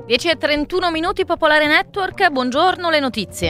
10:31 minuti, Popolare Network, buongiorno, le notizie.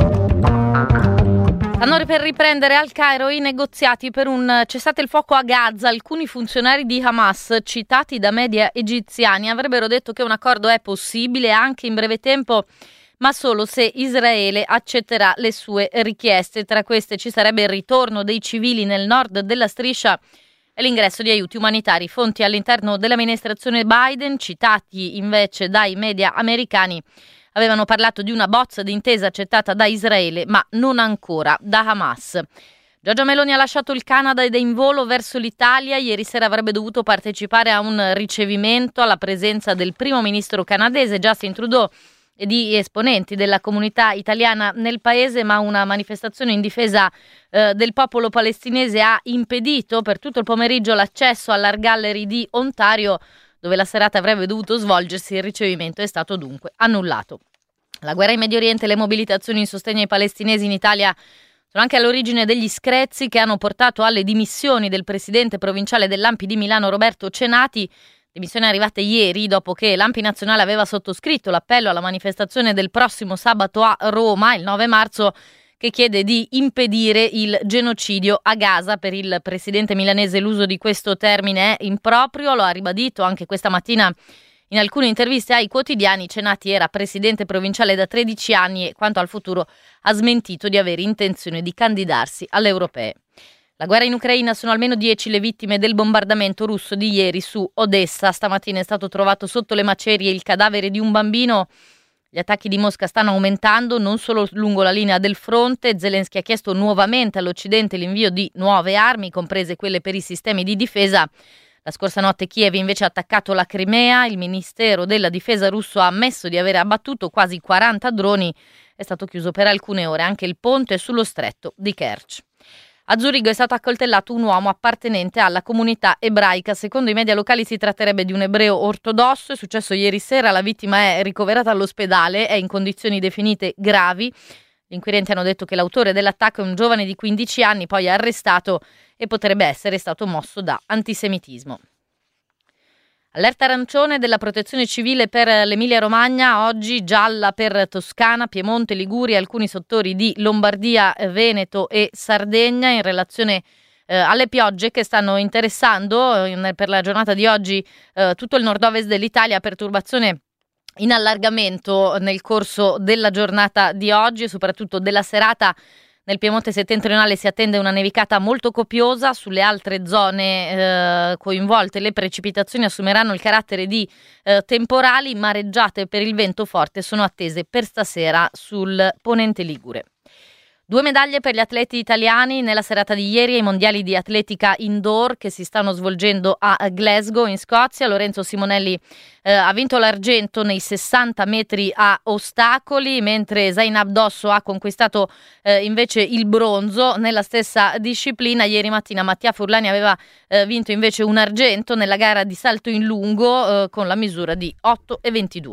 Stanno per riprendere al Cairo i negoziati per un cessate il fuoco a Gaza. Alcuni funzionari di Hamas, citati da media egiziani, avrebbero detto che un accordo è possibile anche in breve tempo, ma solo se Israele accetterà le sue richieste. Tra queste ci sarebbe il ritorno dei civili nel nord della striscia e l'ingresso di aiuti umanitari. Fonti all'interno dell'amministrazione Biden, citati invece dai media americani, avevano parlato di una bozza di intesa accettata da Israele, ma non ancora da Hamas. Giorgia Meloni ha lasciato il Canada ed è in volo verso l'Italia. Ieri sera avrebbe dovuto partecipare a un ricevimento alla presenza del primo ministro canadese Justin Trudeau e di esponenti della comunità italiana nel paese, ma una manifestazione in difesa del popolo palestinese ha impedito per tutto il pomeriggio l'accesso all'Art Gallery di Ontario, dove la serata avrebbe dovuto svolgersi. Il ricevimento è stato dunque annullato. La guerra in Medio Oriente e le mobilitazioni in sostegno ai palestinesi in Italia sono anche all'origine degli screzi che hanno portato alle dimissioni del presidente provinciale dell'ANPI di Milano Roberto Cenati. Dimissioni arrivate ieri dopo che l'ANPI nazionale aveva sottoscritto l'appello alla manifestazione del prossimo sabato a Roma, il 9 marzo, che chiede di impedire il genocidio a Gaza. Per il presidente milanese l'uso di questo termine è improprio, lo ha ribadito anche questa mattina in alcune interviste ai quotidiani. Cenati era presidente provinciale da 13 anni e quanto al futuro ha smentito di avere intenzione di candidarsi alle europee. La guerra in Ucraina: sono almeno 10 le vittime del bombardamento russo di ieri su Odessa. Stamattina è stato trovato sotto le macerie il cadavere di un bambino. Gli attacchi di Mosca stanno aumentando non solo lungo la linea del fronte. Zelensky ha chiesto nuovamente all'Occidente l'invio di nuove armi, comprese quelle per i sistemi di difesa. La scorsa notte Kiev invece ha attaccato la Crimea. Il Ministero della Difesa russo ha ammesso di aver abbattuto quasi 40 droni. È stato chiuso per alcune ore anche il ponte sullo stretto di Kerch. A Zurigo è stato accoltellato un uomo appartenente alla comunità ebraica. Secondo i media locali si tratterebbe di un ebreo ortodosso. È successo ieri sera, la vittima è ricoverata all'ospedale, è in condizioni definite gravi. Gli inquirenti hanno detto che l'autore dell'attacco è un giovane di 15 anni, poi arrestato e potrebbe essere stato mosso da antisemitismo. Allerta arancione della Protezione Civile per l'Emilia-Romagna, oggi gialla per Toscana, Piemonte, Liguria, alcuni settori di Lombardia, Veneto e Sardegna in relazione alle piogge che stanno interessando per la giornata di oggi tutto il nord-ovest dell'Italia. Perturbazione in allargamento nel corso della giornata di oggi e soprattutto della serata. Nel Piemonte settentrionale si attende una nevicata molto copiosa. Sulle altre zone coinvolte le precipitazioni assumeranno il carattere di temporali. Mareggiate per il vento forte sono attese per stasera sul ponente ligure. 2 medaglie per gli atleti italiani nella serata di ieri ai mondiali di atletica indoor che si stanno svolgendo a Glasgow in Scozia. Lorenzo Simonelli ha vinto l'argento nei 60 metri a ostacoli, mentre Zainab Dosso ha conquistato invece il bronzo nella stessa disciplina. Ieri mattina Mattia Furlani aveva vinto invece un argento nella gara di salto in lungo con la misura di 8,22.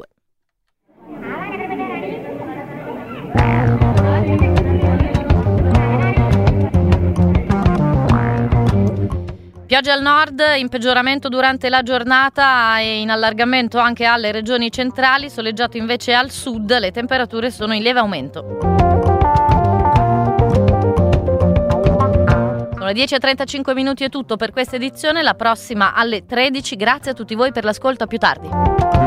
Piogge al nord, in peggioramento durante la giornata e in allargamento anche alle regioni centrali, soleggiato invece al sud, le temperature sono in lieve aumento. Sono le 10:35 minuti, è tutto per questa edizione, la prossima alle 13. Grazie a tutti voi per l'ascolto, a più tardi.